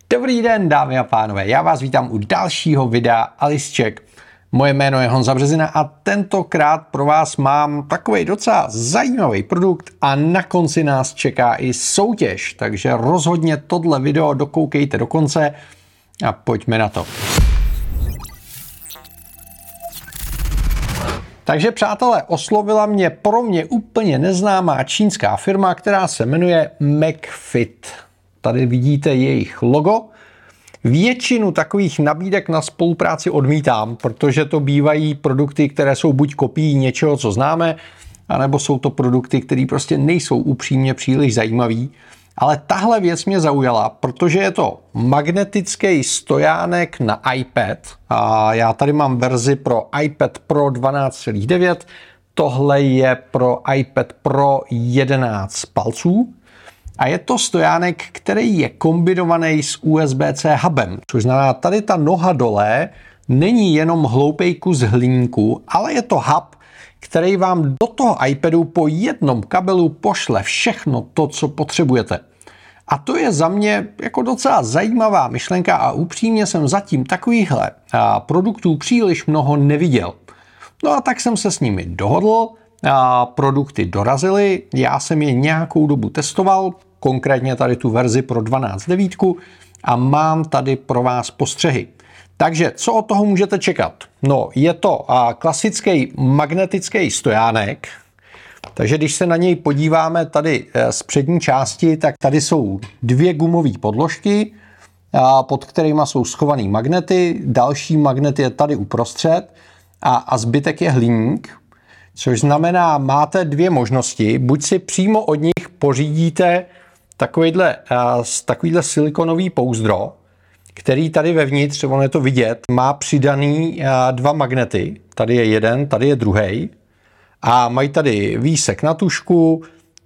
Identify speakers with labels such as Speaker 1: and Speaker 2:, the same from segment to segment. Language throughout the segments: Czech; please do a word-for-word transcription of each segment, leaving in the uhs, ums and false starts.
Speaker 1: Dobrý den, dámy a pánové, já vás vítám u dalšího videa Alice Check. Moje jméno je Honza Březina a tentokrát pro vás mám takový docela zajímavý produkt a na konci nás čeká i soutěž, takže rozhodně tohle video dokoukejte do konce a pojďme na to. Takže přátelé, oslovila mě pro mě úplně neznámá čínská firma, která se jmenuje McFit. Tady vidíte jejich logo. Většinu takových nabídek na spolupráci odmítám, protože to bývají produkty, které jsou buď kopií něčeho, co známe, anebo jsou to produkty, které prostě nejsou upřímně příliš zajímavý. Ale tahle věc mě zaujala, protože je to magnetický stojánek na iPad. A já tady mám verzi pro iPad Pro dvanáct celá devět. Tohle je pro iPad Pro jedenáct palců. A je to stojánek, který je kombinovaný s U S B C hubem, což znamená, tady ta noha dole není jenom hloupej kus hliníku, ale je to hub, který vám do toho iPadu po jednom kabelu pošle všechno to, co potřebujete. A to je za mě jako docela zajímavá myšlenka a upřímně jsem zatím takovýchhle produktů příliš mnoho neviděl. No a tak jsem se s nimi dohodl, a produkty dorazily, já jsem je nějakou dobu testoval, konkrétně tady tu verzi pro dvanáct devět a mám tady pro vás postřehy. Takže co od toho můžete čekat? No, je to klasický magnetický stojánek, takže když se na něj podíváme tady z přední části, tak tady jsou dvě gumové podložky, pod kterými jsou schované magnety, další magnet je tady uprostřed a, a zbytek je hliník. Což znamená, máte dvě možnosti. Buď si přímo od nich pořídíte takovýhle, takovýhle silikonový pouzdro, který tady vevnitř, ono je to vidět, má přidaný dva magnety. Tady je jeden, tady je druhý. A mají tady výsek na tužku,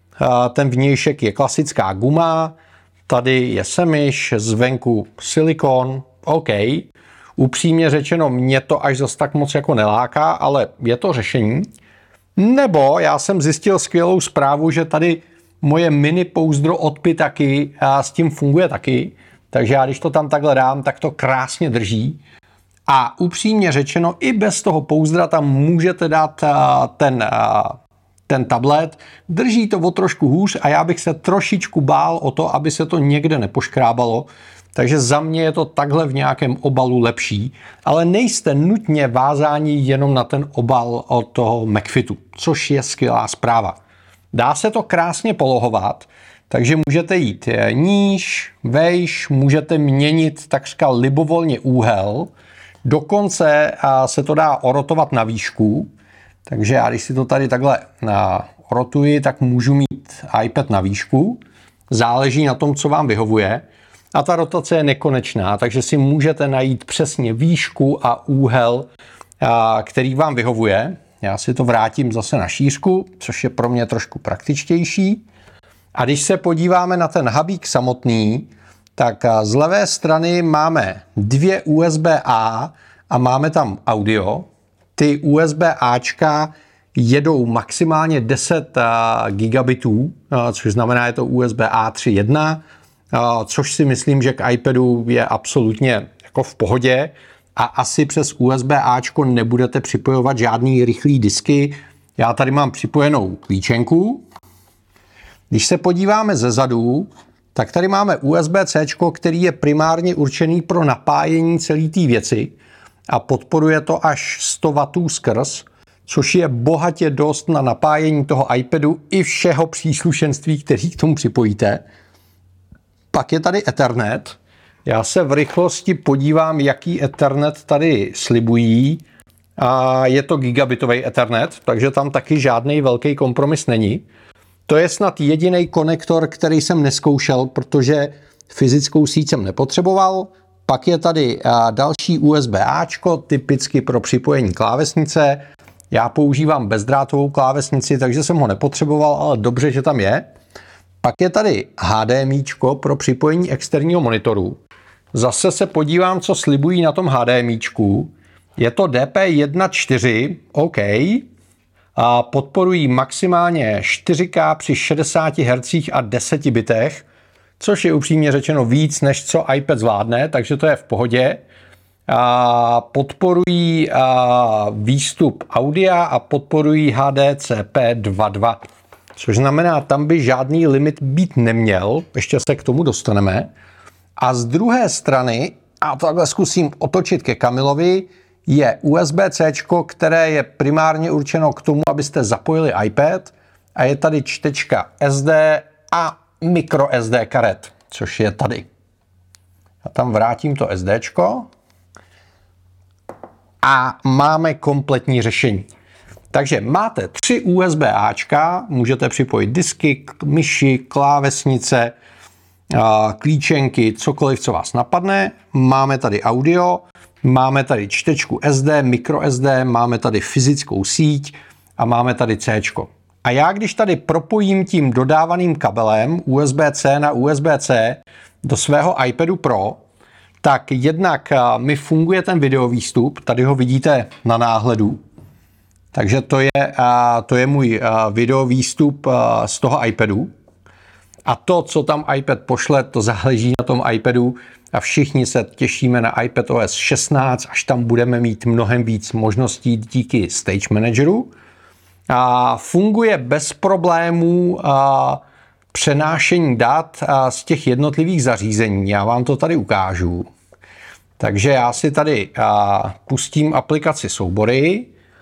Speaker 1: ten vnějšek je klasická guma, tady je semiš, zvenku silikon, OK. Upřímně řečeno, mě to až zas tak moc jako neláká, ale je to řešení. Nebo já jsem zjistil skvělou zprávu, že tady moje mini pouzdro od Pitaky a s tím funguje taky. Takže já když to tam takhle dám, tak to krásně drží. A upřímně řečeno, i bez toho pouzdra tam můžete dát ten, ten tablet. Drží to o trošku hůř a já bych se trošičku bál o to, aby se to někde nepoškrábalo. Takže za mě je to takhle v nějakém obalu lepší, ale nejste nutně vázáni jenom na ten obal od toho McFitu, což je skvělá zpráva. Dá se to krásně polohovat, takže můžete jít níž, vejš, můžete měnit takřka libovolně úhel, dokonce se to dá orotovat na výšku, takže já když si to tady takhle orotuji, tak můžu mít iPad na výšku, záleží na tom, co vám vyhovuje. A ta rotace je nekonečná, takže si můžete najít přesně výšku a úhel, který vám vyhovuje. Já si to vrátím zase na šířku, což je pro mě trošku praktičtější. A když se podíváme na ten hubík samotný, tak z levé strany máme dvě U S B A a máme tam audio. Ty U S B Ačka jedou maximálně deset gigabitů, což znamená, je to U S B A tři tečka jedna, což si myslím, že k iPadu je absolutně jako v pohodě a asi přes U S B Ačko nebudete připojovat žádný rychlý disky. Já tady mám připojenou klíčenku. Když se podíváme ze zadu, tak tady máme U S B C, který je primárně určený pro napájení celé té věci a podporuje to až sto wattů skrz, což je bohatě dost na napájení toho iPadu i všeho příslušenství, který k tomu připojíte. Pak je tady Ethernet. Já se v rychlosti podívám, jaký Ethernet tady slibují. A je to gigabitový Ethernet, takže tam taky žádný velký kompromis není. To je snad jediný konektor, který jsem neskoušel, protože fyzickou síť jsem nepotřeboval. Pak je tady další U S B Ačko, typicky pro připojení klávesnice. Já používám bezdrátovou klávesnici, takže jsem ho nepotřeboval, ale dobře, že tam je. Pak je tady H D M I pro připojení externího monitoru. Zase se podívám, co slibují na tom H D M I. Je to D P jedna tečka čtyři, OK. A podporují maximálně čtyři K při šedesáti hertzích a deseti bitech, což je upřímně řečeno víc, než co iPad zvládne, takže to je v pohodě. A podporují a výstup audia a podporují H D C P dva tečka dva, což znamená, tam by žádný limit být neměl, ještě se k tomu dostaneme. A z druhé strany, a takhle zkusím otočit ke Kamilovi, je U S B C, které je primárně určeno k tomu, abyste zapojili iPad, a je tady čtečka S D a micro S D karet, což je tady. A tam vrátím to SDčko a máme kompletní řešení. Takže máte tři U S B Ačka, můžete připojit disky, myši, klávesnice, klíčenky, cokoliv, co vás napadne. Máme tady audio, máme tady čtečku S D, micro S D, máme tady fyzickou síť a máme tady C. A já, když tady propojím tím dodávaným kabelem U S B C na U S B C do svého iPadu Pro, tak jednak mi funguje ten videovýstup, tady ho vidíte na náhledu. Takže to je, to je můj videovýstup z toho iPadu. A to, co tam iPad pošle, to záleží na tom iPadu a všichni se těšíme na iPadOS šestnáct, až tam budeme mít mnohem víc možností díky Stage Manageru. A funguje bez problémů a přenášení dat a z těch jednotlivých zařízení. Já vám to tady ukážu. Takže já si tady a, pustím aplikaci Soubory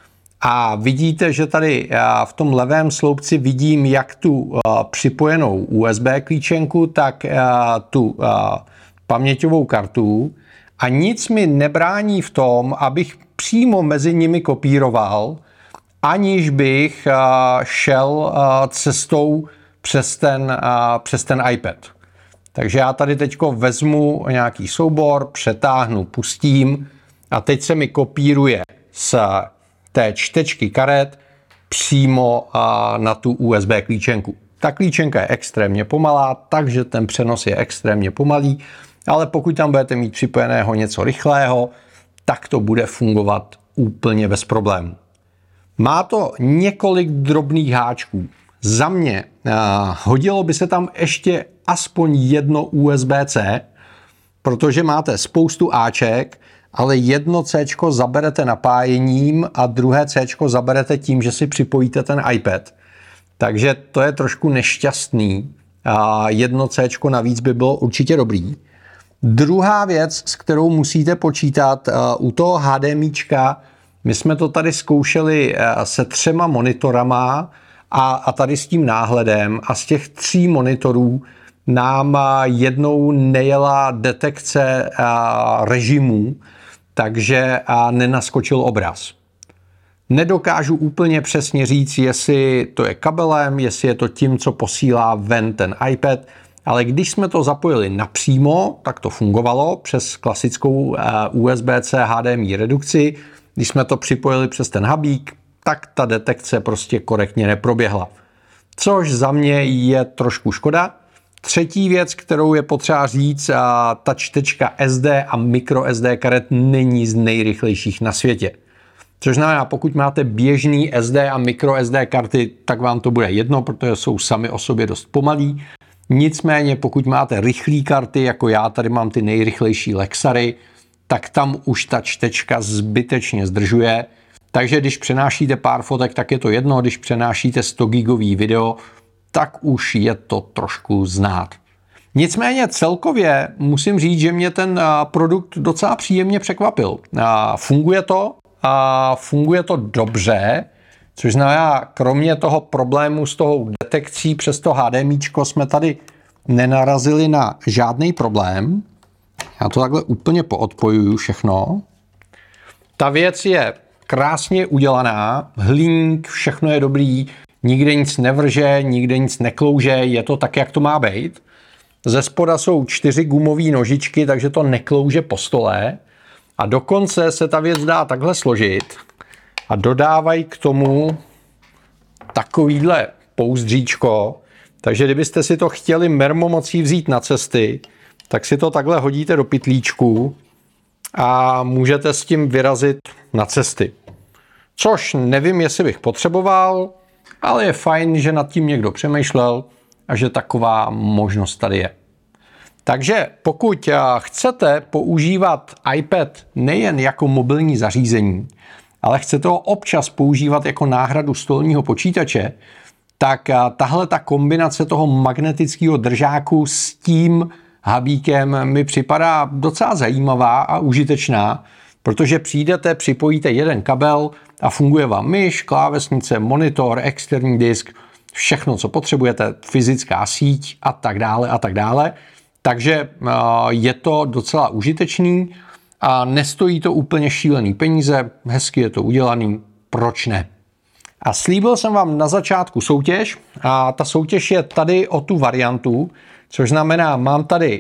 Speaker 1: a vidíte, že tady a, v tom levém sloupci vidím jak tu a, připojenou U S B klíčenku, tak a, tu a, paměťovou kartu a nic mi nebrání v tom, abych přímo mezi nimi kopíroval, aniž bych a, šel a, cestou přes ten, a, přes ten iPad. Takže já tady teďko vezmu nějaký soubor, přetáhnu, pustím a teď se mi kopíruje z té čtečky karet přímo a, na tu U S B klíčenku. Ta klíčenka je extrémně pomalá, takže ten přenos je extrémně pomalý, ale pokud tam budete mít připojeného něco rychlého, tak to bude fungovat úplně bez problémů. Má to několik drobných háčků. Za mě uh, hodilo by se tam ještě aspoň jedno U S B C, protože máte spoustu Aček, ale jedno C zaberete napájením a druhé C zaberete tím, že si připojíte ten iPad. Takže to je trošku nešťastný. Uh, jedno C navíc by bylo určitě dobrý. Druhá věc, s kterou musíte počítat uh, u toho HDMIčka, my jsme to tady zkoušeli uh, se třema monitorama a, a tady s tím náhledem a z těch tří monitorů nám jednou nejela detekce a, režimů, takže a, nenaskočil obraz. Nedokážu úplně přesně říct, jestli to je kabelem, jestli je to tím, co posílá ven ten iPad, ale když jsme to zapojili napřímo, tak to fungovalo přes klasickou a, U S B C H D M I redukci. Když jsme to připojili přes ten hubík, tak ta detekce prostě korektně neproběhla. Což za mě je trošku škoda. Třetí věc, kterou je potřeba říct, a ta čtečka S D a micro S D karet není z nejrychlejších na světě. Což znamená, pokud máte běžný S D a micro S D karty, tak vám to bude jedno, protože jsou sami o sobě dost pomalí. Nicméně, pokud máte rychlé karty, jako já tady mám ty nejrychlejší Lexary, tak tam už ta čtečka zbytečně zdržuje. Takže když přenášíte pár fotek, tak je to jedno, když přenášíte sto gigový video, tak už je to trošku znát. Nicméně celkově musím říct, že mě ten produkt docela příjemně překvapil. Funguje to, funguje to dobře, což znamená, kromě toho problému s tou detekcí přes to HDMIčko jsme tady nenarazili na žádný problém. Já to takhle úplně poodpojuju všechno. Ta věc je krásně udělaná, hliník, všechno je dobrý, nikde nic nevrže, nikde nic neklouže, je to tak, jak to má být. Ze spoda jsou čtyři gumové nožičky, takže to neklouže po stole. A dokonce se ta věc dá takhle složit a dodávají k tomu takovýhle pouzdříčko. Takže kdybyste si to chtěli mermomocí vzít na cesty, tak si to takhle hodíte do pytlíčku a můžete s tím vyrazit na cesty. Což nevím, jestli bych potřeboval, ale je fajn, že nad tím někdo přemýšlel a že taková možnost tady je. Takže pokud chcete používat iPad nejen jako mobilní zařízení, ale chcete ho občas používat jako náhradu stolního počítače, tak tahle ta kombinace toho magnetického držáku s tím habíkem mi připadá docela zajímavá a užitečná, protože přijdete, připojíte jeden kabel a funguje vám myš, klávesnice, monitor, externí disk, všechno, co potřebujete, fyzická síť a tak dále a tak dále. Takže je to docela užitečný a nestojí to úplně šílený peníze, hezky je to udělaný, proč ne? A slíbil jsem vám na začátku soutěž a ta soutěž je tady o tu variantu, což znamená, mám tady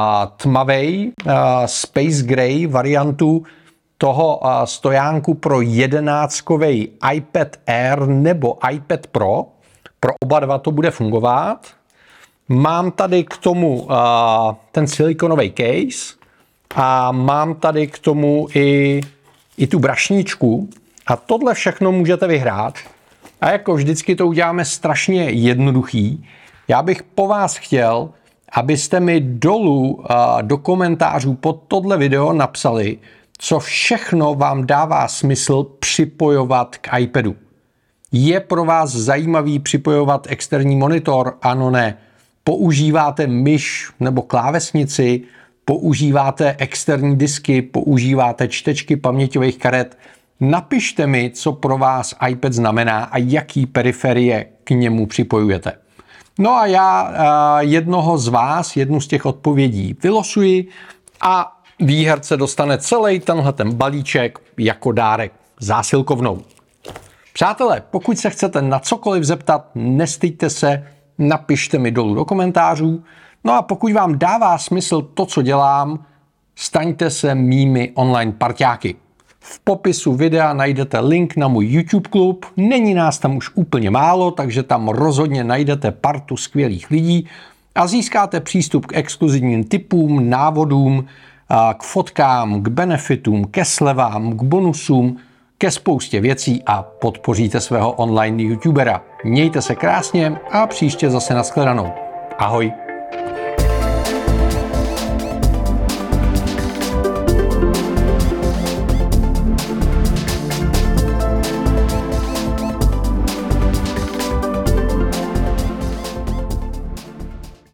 Speaker 1: tmavej Space Gray variantu toho stojánku pro jedenáctkový iPad Air nebo iPad Pro. Pro oba dva to bude fungovat. Mám tady k tomu uh, ten silikonový case a mám tady k tomu i, i tu brašničku a tohle všechno můžete vyhrát. A jako vždycky to uděláme strašně jednoduchý. Já bych po vás chtěl, abyste mi dolů uh, do komentářů pod tohle video napsali, co všechno vám dává smysl připojovat k iPadu. Je pro vás zajímavý připojovat externí monitor? Ano, ne. Používáte myš nebo klávesnici, používáte externí disky, používáte čtečky paměťových karet. Napište mi, co pro vás iPad znamená a jaký periferie k němu připojujete. No a já jednoho z vás, jednu z těch odpovědí vylosuji a výherce dostane celý tenhle ten balíček jako dárek zásilkovnou. Přátelé, pokud se chcete na cokoliv zeptat, nestyďte se, napište mi dolů do komentářů. No a pokud vám dává smysl to, co dělám, staňte se mými online parťáky. V popisu videa najdete link na můj YouTube klub, není nás tam už úplně málo, takže tam rozhodně najdete partu skvělých lidí a získáte přístup k exkluzivním tipům, návodům, k fotkám, k benefitům, ke slevám, k bonusům, ke spoustě věcí a podpoříte svého online youtubera. Mějte se krásně a příště zase nashledanou. Ahoj.